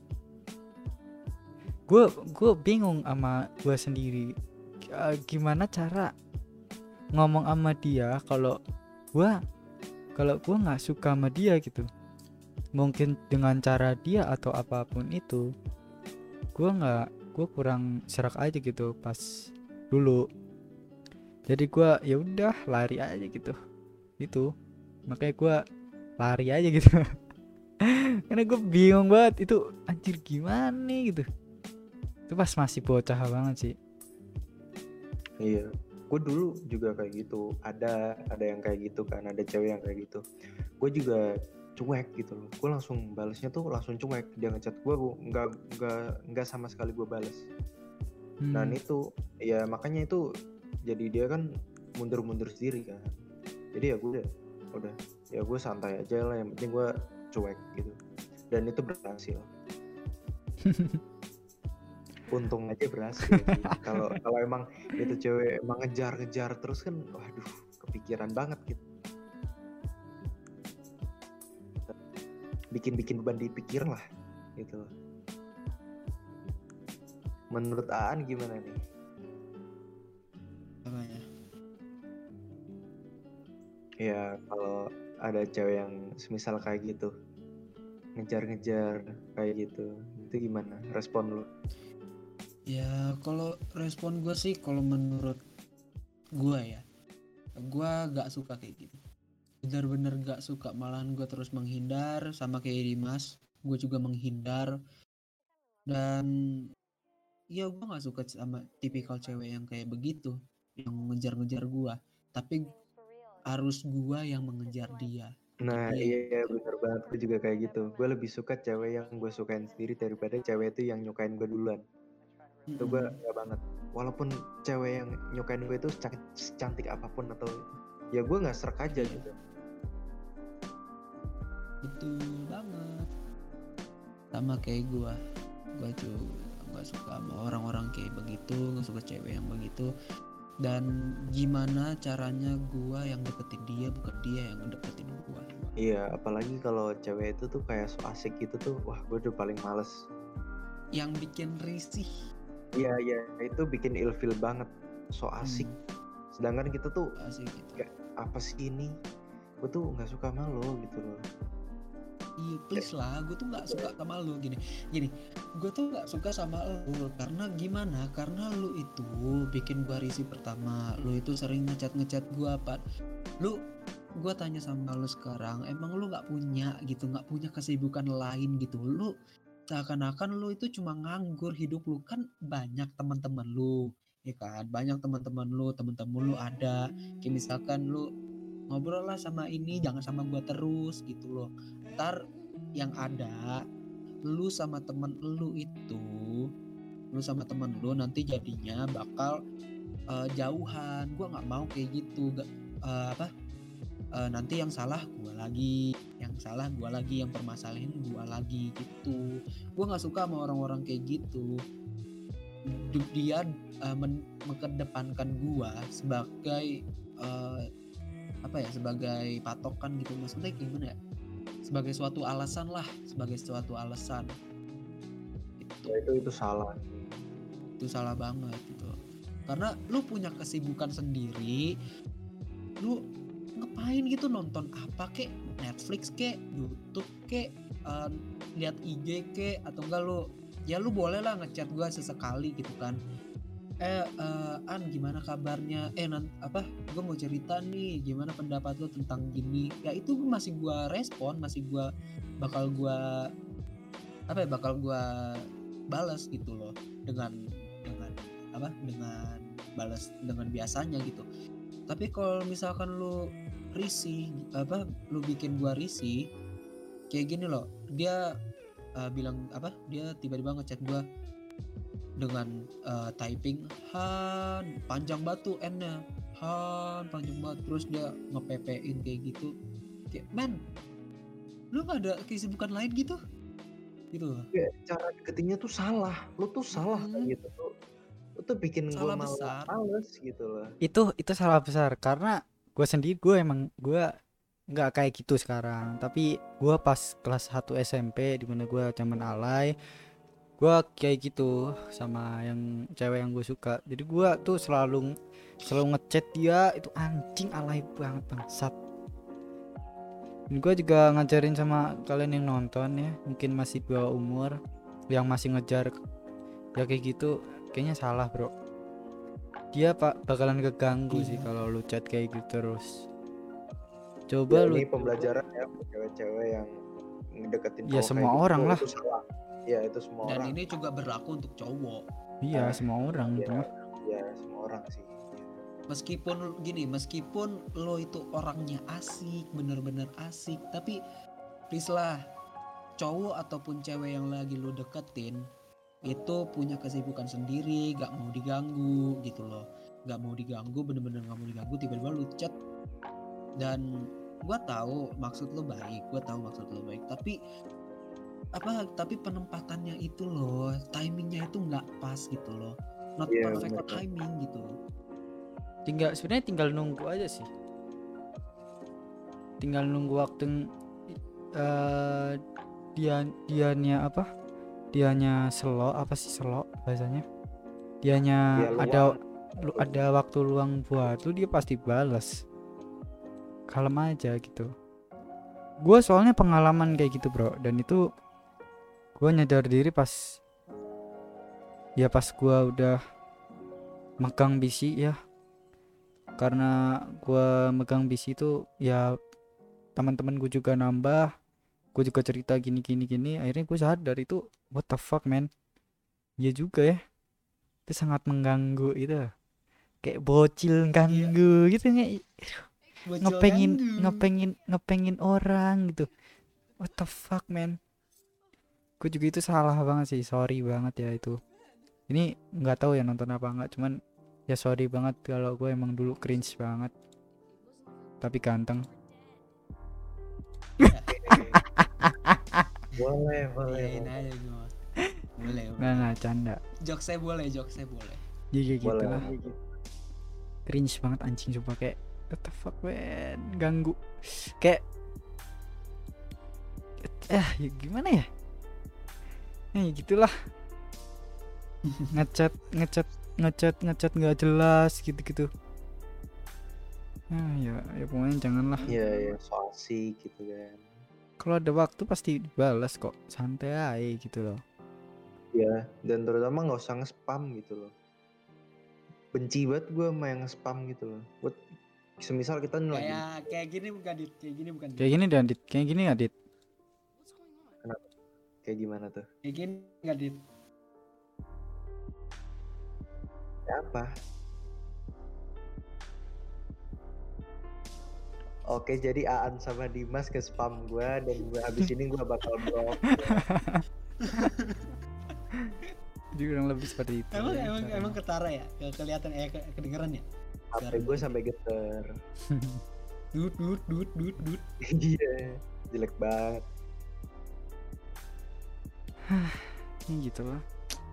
Gue bingung sama gue sendiri, gimana cara ngomong sama dia kalau gue nggak suka sama dia gitu. Mungkin dengan cara dia atau apapun itu, gue kurang serak aja gitu pas dulu. Jadi gue ya udah lari aja gitu. Itu makanya gue lari aja gitu. Karena gue bingung banget itu, anjir gimana nih gitu. Itu pas masih bocah banget sih. Iya, gue dulu juga kayak gitu. Ada yang kayak gitu kan, ada cewek yang kayak gitu. Gue juga cuek gitu loh. Gue langsung balesnya tuh langsung cuek. Dia ngechat gue nggak sama sekali gue bales. Dan itu ya makanya itu jadi dia kan mundur sendiri kan. Jadi ya gue udah ya gue santai aja lah, yang penting gue cuek gitu. Dan itu berhasil. Untung aja berhasil. Kalau emang itu cewek emang ngejar terus kan, waduh kepikiran banget gitu. Bikin beban dipikir lah gitu. Menurut Aan gimana nih? Apa ya? Ya kalau ada cewek yang semisal kayak gitu, ngejar kayak gitu, itu gimana respon lu? Ya kalau respon gue sih, kalau menurut gue ya, gue gak suka kayak gitu. Bener-bener gak suka, malahan gue terus menghindar. Sama kayak Dimas, gue juga menghindar. Dan ya gue gak suka sama tipikal cewek yang kayak begitu, yang ngejar-ngejar gue, tapi harus gue yang mengejar dia. Nah Dia iya bener banget, gue juga kayak gitu. Gue lebih suka cewek yang gue sukain sendiri daripada cewek itu yang nyukain gue duluan. Itu gue gak banget. Walaupun cewek yang nyukain gue itu secantik apapun atau ya gue gak serak aja gitu. Betul banget. Sama kayak gue tuh gak suka sama orang-orang kayak begitu, gak suka cewek yang begitu. Dan gimana caranya gue yang deketin dia, bukan dia yang deketin gue. Iya, apalagi kalau cewek itu tuh kayak so asik gitu tuh, wah gue udah paling males. Yang bikin risih. Iya, itu bikin ilfil banget, so asik. Sedangkan kita tuh asik gitu. Kayak apa sih ini? Gue tuh nggak suka sama lo gitu loh. Iya please lah, gue tuh nggak suka sama lu gini. Gue tuh nggak suka sama lu karena gimana? Karena lu itu bikin gue risih. Pertama, lu itu sering ngechat gue apa? Gue tanya sama lu sekarang, emang lu nggak punya kesibukan lain gitu? Lu seakan-akan lu itu cuma nganggur, hidup lu kan banyak teman-teman lu, ya kan? Banyak teman-teman lu ada. Kayak misalkan lu ngobrol lah sama ini, jangan sama gue terus gitu loh. Ntar yang ada lu sama temen lu nanti jadinya bakal jauhan. Gue nggak mau kayak gitu. nanti yang salah gua lagi, yang permasalahan gua lagi gitu. Gua nggak suka sama orang-orang kayak gitu. Dia mengedepankan gua sebagai sebagai patokan gitu, maksudnya gimana ya, sebagai suatu alasan gitu. Ya, itu salah. Itu salah banget gitu, karena lu punya kesibukan sendiri, lu ngapain gitu, nonton apa kek, Netflix kek, YouTube kek, lihat IG kek, atau enggak lu boleh lah ngechat gua sesekali gitu kan, An gimana kabarnya, gue mau cerita nih, gimana pendapat lu tentang gini, ya itu masih gua respon, bakal gua balas gitu loh, dengan balas dengan biasanya gitu. Tapi kalau misalkan lu risih, lu bikin gua risih kayak gini loh, dia dia tiba-tiba ngechat gua dengan typing Han panjang batu N-nya, Han panjang banget, terus dia nge-PP-in kayak gitu, kayak man, lu gak ada kesibukan lain gitu loh. Ya, cara deketinnya tuh salah, lu tuh salah kayak gitu tuh. Lu tuh bikin gue males gitu loh. Itu salah besar, karena gue sendiri gue nggak kayak gitu sekarang, tapi gue pas kelas 1 SMP dimana gue zaman alay, gue kayak gitu sama yang cewek yang gue suka. Jadi gue tuh selalu ngechat dia, itu anjing alay banget bangsat. Gue juga ngajarin sama kalian yang nonton ya, mungkin masih bawah umur, yang masih ngejar ya kayak gitu, kayaknya salah bro. Dia bakalan keganggu sih kalau lu chat kayak gitu terus. Coba ya, ini pembelajaran ya buat cewek-cewek yang ngedeketin ya semua orang lah. Ya itu semua dan orang. Dan ini juga berlaku untuk cowok. Iya semua orang gitu mah. Ya semua orang sih. Meskipun lo itu orangnya asik, bener-bener asik, tapi please lah, cowok ataupun cewek yang lagi lo deketin itu punya kesibukan sendiri, gak mau diganggu gitu loh, bener-bener gak mau diganggu. Tiba-tiba lo chat, dan gue tahu maksud lo baik, tapi penempatannya itu loh, timingnya itu nggak pas gitu loh, not perfect timing gitu loh. Sebenarnya tinggal nunggu aja sih, tinggal nunggu waktu dianya slow bahasanya, dianya ada waktu luang buat lu, dia pasti balas. Kalem aja gitu. Gue soalnya pengalaman kayak gitu bro, dan itu gue nyadar diri pas gue udah megang PC ya, karena gue megang PC itu ya teman-teman gue juga nambah, gue juga cerita gini, akhirnya gue sadar itu what the fuck man, iya juga ya, itu sangat mengganggu itu, kayak bocil ganggu gitu, ngepengin orang gitu, what the fuck man. Gue juga itu salah banget sih, sorry banget ya itu. Ini nggak tahu ya nonton apa nggak, cuman ya sorry banget kalau gue emang dulu cringe banget, tapi ganteng. boleh Nggak canda, jokes saya boleh jadi gitu lah. Cringe banget anjing, coba kayak what the fuck man, ganggu kayak ya gimana ya, gitulah. ngechat nggak jelas gitu. Ya pokoknya janganlah. Ya so asik gitu kan. Kalau ada waktu pasti dibalas kok, santai aja gitu loh. Ya, dan terutama nggak usah nge-spam gitu loh. Benci banget gue sama yang nge-spam gitu loh. Buat semisal kita nih lagi kayak gini bukan dit. Kayak gini nggak dit? Kenapa? Kayak gimana tuh? Kayak gini nggak dit? Apa? Oke, jadi Aan sama Dimas ke spam gue, dan gue habis ini gue bakal blok. Jadi kurang lebih seperti itu. Emang ketara ya? Kelihatan kedengeran ya? HP gue sampai geter. dut. Iya, jelek banget. Ini gitu loh.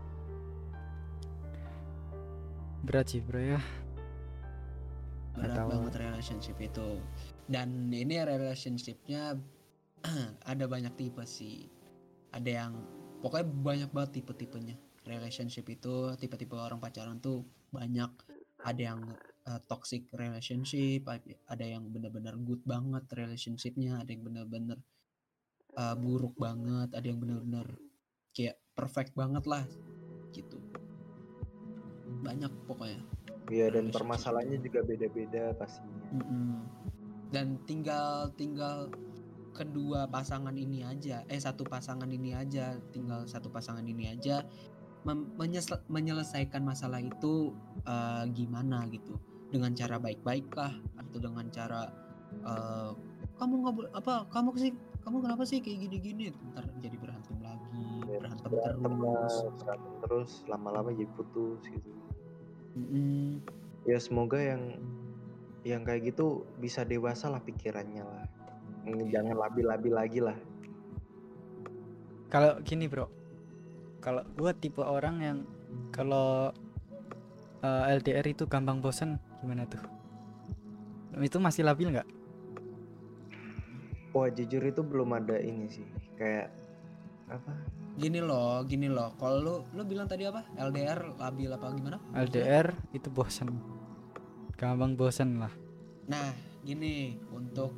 Berat sih bro ya. Berat Atau- banget relationship itu. Dan ini relationshipnya ada banyak tipe sih. Ada yang pokoknya banyak banget tipe-tipenya. Relationship itu tipe-tipe orang pacaran tuh banyak. Ada yang toxic relationship, ada yang benar-benar good banget relationshipnya, ada yang benar-benar buruk banget, ada yang benar-benar kayak perfect banget lah gitu. Banyak pokoknya. Iya, dan Relationship. permasalahannya juga beda-beda pastinya. Dan tinggal kedua pasangan ini aja, satu pasangan ini aja, tinggal satu pasangan ini aja menyelesaikan masalah itu gimana gitu, dengan cara baik-baik kah, atau dengan cara kamu nggak boleh apa, kamu kenapa sih kayak gini-gini, ntar jadi berantem lagi, Ya, berantem berantem terus. terus lama-lama jadi putus gitu. Mm-mm. Ya semoga yang kayak gitu bisa dewasa lah pikirannya lah. Jangan labil-labil lagi lah. Kalau gini bro, kalau gue tipe orang yang kalau LDR itu gampang bosen, gimana tuh? Itu masih labil nggak? Wah jujur itu belum ada ini sih, kayak apa? Gini loh, kalau lu bilang tadi apa, LDR labil apa gimana? LDR itu bosen, gampang bosen lah. Nah, gini, untuk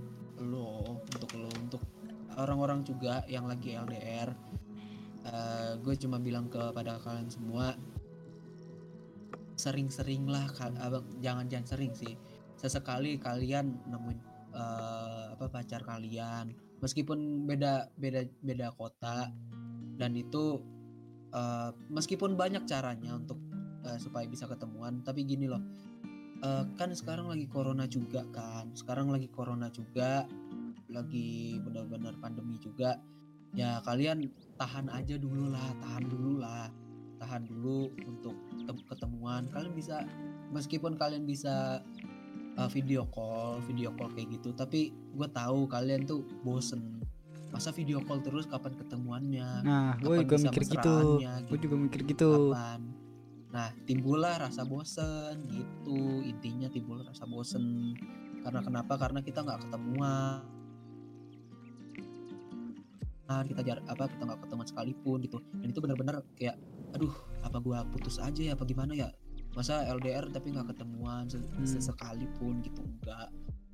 orang-orang juga yang lagi LDR, gue cuma bilang kepada kalian semua, sering-seringlah, jangan sering sih, sesekali kalian nemuin pacar kalian, meskipun beda kota, dan itu meskipun banyak caranya untuk supaya bisa ketemuan, tapi gini loh. Kan sekarang lagi corona juga, lagi benar-benar pandemi juga ya, kalian tahan dulu untuk ketemuan. Kalian bisa, meskipun kalian bisa video call kayak gitu, tapi gue tahu kalian tuh bosen, masa video call terus, kapan ketemuannya, Nah gue kapan juga bisa mikir gitu, mesraannya gue juga mikir gitu. kapan. Nah, timbullah rasa bosen gitu. Intinya timbul rasa bosen. Karena kenapa? Karena kita nggak ketemuan. Kita nggak ketemuan sekalipun gitu. Dan itu benar-benar kayak, aduh, apa gua putus aja ya? Apa gimana ya? Masa LDR tapi nggak ketemuan sekalipun gitu, enggak.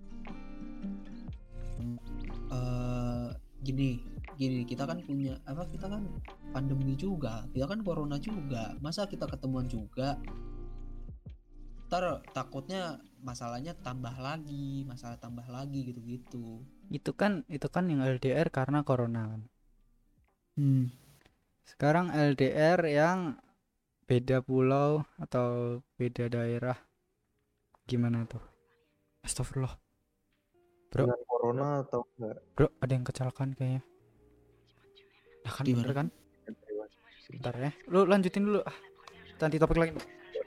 Gini, kita kan punya kita kan pandemi juga, kita kan corona juga, masa kita ketemuan juga, ntar takutnya masalah tambah lagi gitu. Itu kan yang LDR karena corona kan. Sekarang LDR yang beda pulau atau beda daerah, gimana tuh? Astagfirullah bro, Dengan corona atau enggak? bro ada yang kecelakaan kayaknya. Nah kan Gimana? bener kan? Bentar ya, lu lanjutin dulu, nanti topik lagi.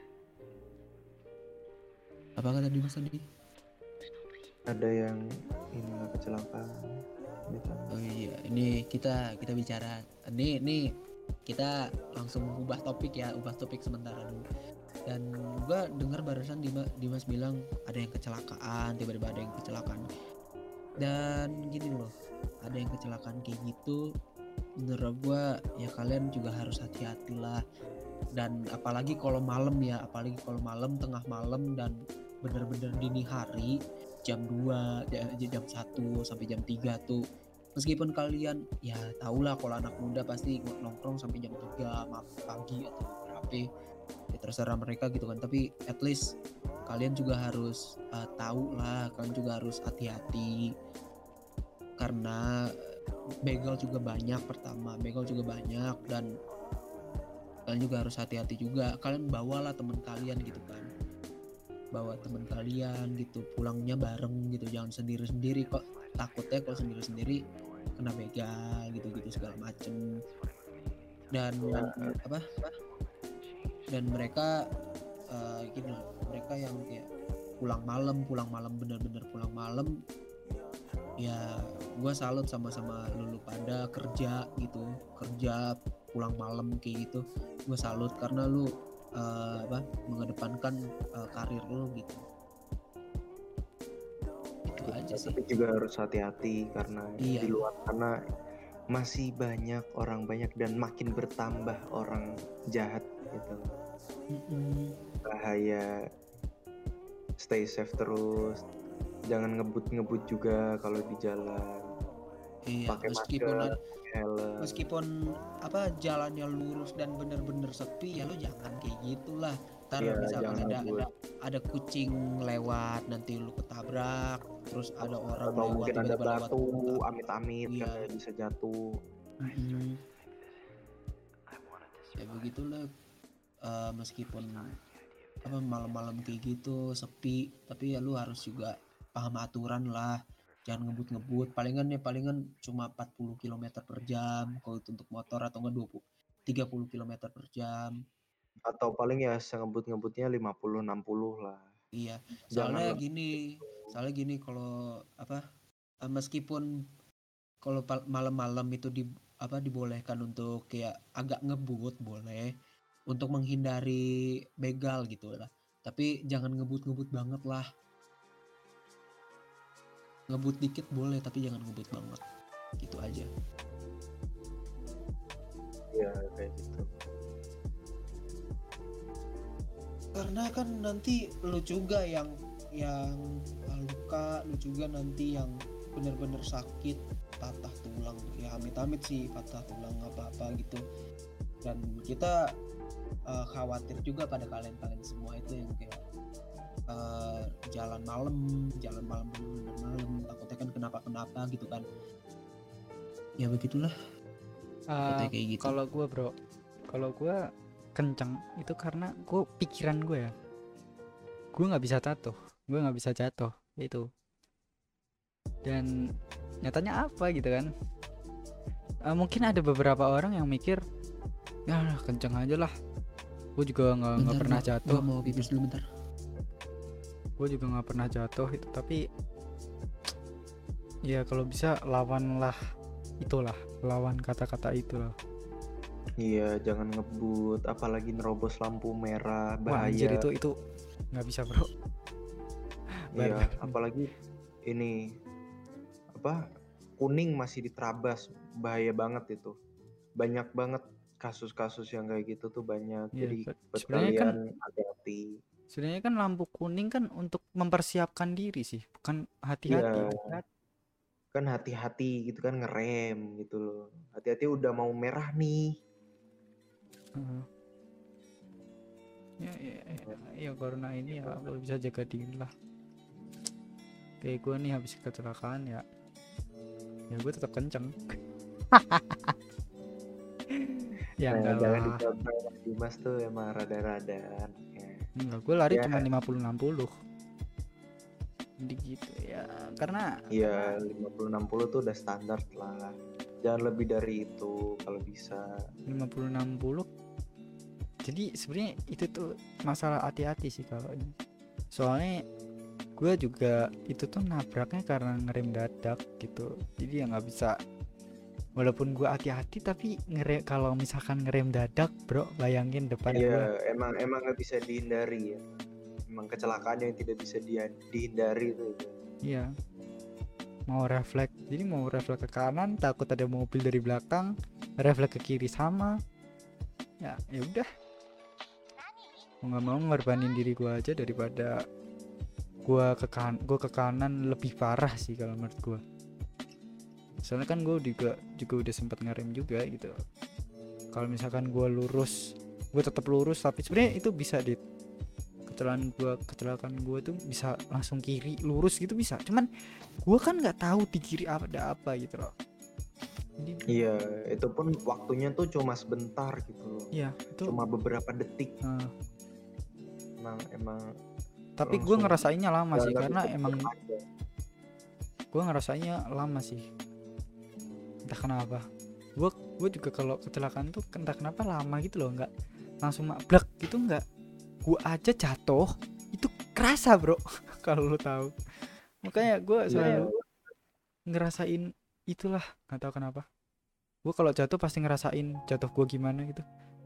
Apa kata tadi Mas Adi? Ada yang ini kecelakaan gitu. Oh iya, ini kita bicara ini kita langsung ubah topik sementara dulu. Dan gua dengar barusan Dimas bilang ada yang kecelakaan, tiba-tiba ada yang kecelakaan. Dan gini loh, ada yang kecelakaan kayak gitu, menurut gua ya kalian juga harus hati-hati lah. Dan apalagi kalau malam, tengah malam, dan bener-bener dini hari, jam 2, jam 1 sampai jam 3 tuh, meskipun kalian ya tahulah kalau anak muda pasti nongkrong sampai jam 3 pagi atau berapa ya, terserah mereka gitu kan, tapi at least kalian juga harus tahu lah, kalian juga harus hati-hati, karena begal juga banyak, dan kalian juga harus hati-hati juga. Kalian bawalah teman kalian gitu kan, pulangnya bareng gitu, jangan sendiri-sendiri, kok takutnya kalau sendiri-sendiri kena begal gitu segala macem. Dan dan mereka gini loh, mereka yang kayak pulang malam bener-bener pulang malam. Ya gue salut sama lulu pada kerja pulang malam kayak gitu. Gue salut karena lu mengedepankan karir lu gitu. Itu aja sih. Tapi juga harus hati-hati karena Iya. di luar sana masih banyak dan makin bertambah orang jahat gitu. Bahaya. Stay safe terus. Jangan ngebut juga kalau di jalan. Iya, Pakai meskipun masker, helm. meskipun jalannya lurus dan bener-bener sepi, ya lo jangan kayak gitulah. Ntar Iya, misalkan jangan ngebut. ada kucing lewat, nanti lu ketabrak, terus ada orang Atau lewat mungkin ada tiba-tiba lewat batu, lu ketabrak. amit-amit Iya. kan bisa jatuh. Ya begitulah. Meskipun malam-malam kayak gitu sepi, tapi ya lu harus juga paham aturan lah. Jangan ngebut, palingan cuma 40 km per jam kalau itu untuk motor, atau enggak 30 km per jam. Atau paling ya sengebut-ngebutnya 50-60 lah. Iya, Jangan soalnya gini kalau meskipun kalau malam-malam itu dibolehkan untuk kayak agak ngebut, boleh untuk menghindari begal gitu lah. Tapi jangan ngebut banget lah. Ngebut dikit boleh, tapi jangan ngebut banget. Gitu aja. ya kayak gitu. Karena kan nanti lu juga yang luka, lu juga nanti yang benar-benar sakit, patah tulang. Ya amit-amit sih patah tulang apa-apa gitu. Dan kita khawatir juga pada kalian semua itu yang kayak jalan malam bener-bener malam, takutnya kan kenapa gitu kan. Ya begitulah. Takutnya kayak gitu. Kalau gue kenceng itu karena pikiran gue ya, gue nggak bisa jatuh itu. Dan nyatanya apa gitu kan, mungkin ada beberapa orang yang mikir ya kenceng aja lah, gue juga nggak pernah jatuh. Gue mau pipis dulu bentar. Gue juga nggak pernah jatuh itu, tapi ya kalau bisa lawan kata-kata itulah. Iya, jangan ngebut, apalagi nerobos lampu merah, Wah, anjir, bahaya. itu nggak bisa bro. Iya, apalagi ini kuning masih diterabas, bahaya banget itu. Banyak banget kasus-kasus yang kayak gitu tuh banyak. Iya, Jadi buat sebenarnya kalian hati-hati. Sebenarnya kan lampu kuning kan untuk mempersiapkan diri sih, bukan hati-hati. Iya. Kan hati-hati gitu kan, ngerem gitu loh. Hati-hati udah mau merah nih. Ya corona ini ya lo bisa jaga diri lah. Kayak gue nih habis kecelakaan ya gue tetap kenceng. Ya enggak Jangan lah. dicontoh Mas Dimas tuh emang rada-rada. Enggak, gue lari Ya. cuma 50-60. Jadi gitu ya, karena Iya, 50-60 tuh udah standar lah. Jangan lebih dari itu kalau bisa. 50-60. Jadi sebenarnya itu tuh masalah hati-hati sih kalau ini. Soalnya gue juga itu tuh nabraknya karena ngerem dadak gitu. Jadi ya nggak bisa. Walaupun gue hati-hati tapi kalau misalkan ngerem dadak, bro, bayangin depan gue. Iya, emang nggak bisa dihindari ya. Emang kecelakaan yang tidak bisa dihindari itu. Iya. Mau refleks ke kanan, takut ada mobil dari belakang, refleks ke kiri sama. Ya udah. Mau nggak mau ngorbanin diri gue aja daripada gue ke kanan lebih parah sih kalau menurut gue. Soalnya kan gue juga udah sempat ngerem juga gitu. Kalau misalkan gue lurus, gue tetap lurus, tapi sebenarnya itu bisa kecelakaan gue tuh bisa langsung kiri lurus gitu bisa. Cuman gue kan nggak tahu di kiri ada apa gitu loh. Jadi, iya, itu pun waktunya tuh cuma sebentar gitu loh. Iya, itu cuma beberapa detik. Emang. Tapi gue ngerasainnya lama sih, karena emang aja. Gue ngerasainnya lama sih. Entah kenapa. Gue juga kalau kecelakaan tuh entah kenapa lama gitu loh, nggak langsung blak gitu, nggak. Gue aja jatuh itu kerasa bro. kalau lu tahu. Makanya gue Iya. selalu ngerasain itulah, nggak tahu kenapa. Gue kalau jatuh pasti ngerasain jatuh gue gimana gitu.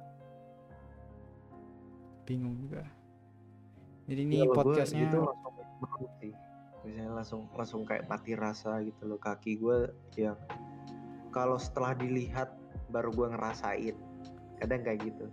Bingung juga. Jadi ini Kalau gue podcastnya gitu langsung menurut sih, misalnya langsung kayak mati rasa gitu loh, kaki gue yang kalau setelah dilihat baru gue ngerasain, kadang kayak gitu.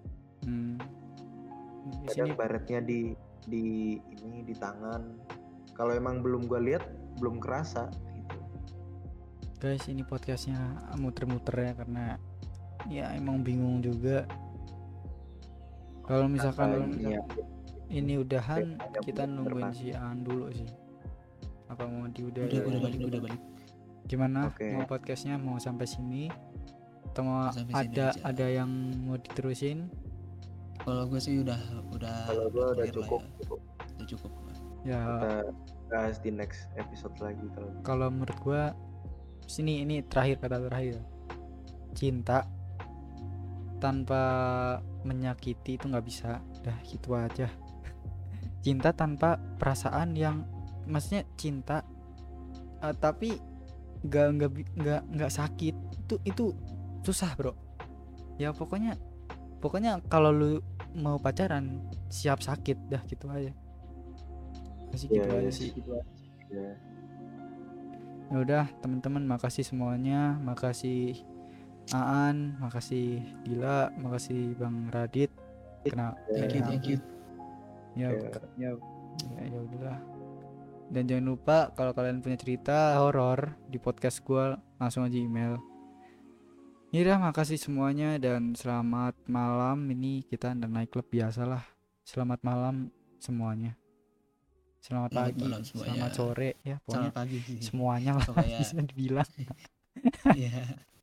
di Kadang sini baretnya di ini di tangan, kalau emang belum gue lihat belum kerasa gitu. guys, ini podcastnya muter-muter ya karena ya emang bingung juga. Kalau misalkan Katanya ini udahan, Temanya kita bener-bener nungguin si Aan dulu sih. Apa mau Udah diudahin? balik. Gimana? Oke. Mau podcastnya mau sampai sini? Atau mau Sampai sini aja. ada yang mau diterusin? Kalau gue sih udah Kalau gue udah clear lah cukup. ya. Udah cukup. Ya Kita bahas di next episode lagi kalau gitu. kalau menurut gua sini ini kata terakhir. Cinta tanpa menyakiti itu nggak bisa. Dah gitu aja. Cinta tanpa perasaan yang, maksudnya cinta tapi nggak sakit, itu susah bro. Ya pokoknya kalau lu mau pacaran siap sakit, dah gitu aja. Masih gitu aja sih. Ya. Ya udah teman-teman, makasih semuanya, makasih Aan, makasih Dila, makasih Bang Radit. Thank you. Ya ya udahlah. Dan jangan lupa kalau kalian punya cerita horor di podcast gua, langsung aja email. Ya udah, makasih semuanya dan selamat malam. Ini kita udah naik klub biasalah. Selamat malam semuanya. Selamat pagi, malam semuanya. selamat sore ya, pokoknya Selamat pagi sih. semuanya lah Pokoknya. bisa dibilang. Iya.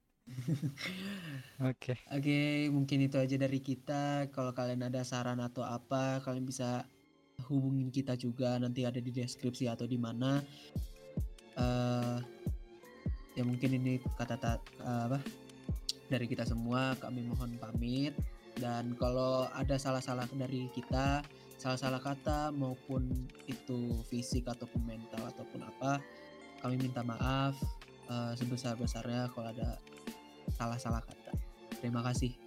Oke. Oke, mungkin itu aja dari kita. Kalau kalian ada saran atau apa, kalian bisa hubungin kita juga, nanti ada di deskripsi atau di mana. Ya mungkin ini dari kita semua, kami mohon pamit. Dan kalau ada salah-salah dari kita, salah-salah kata maupun itu fisik ataupun mental ataupun apa, kami minta maaf sebesar-besarnya kalau ada salah-salah kata. Terima kasih.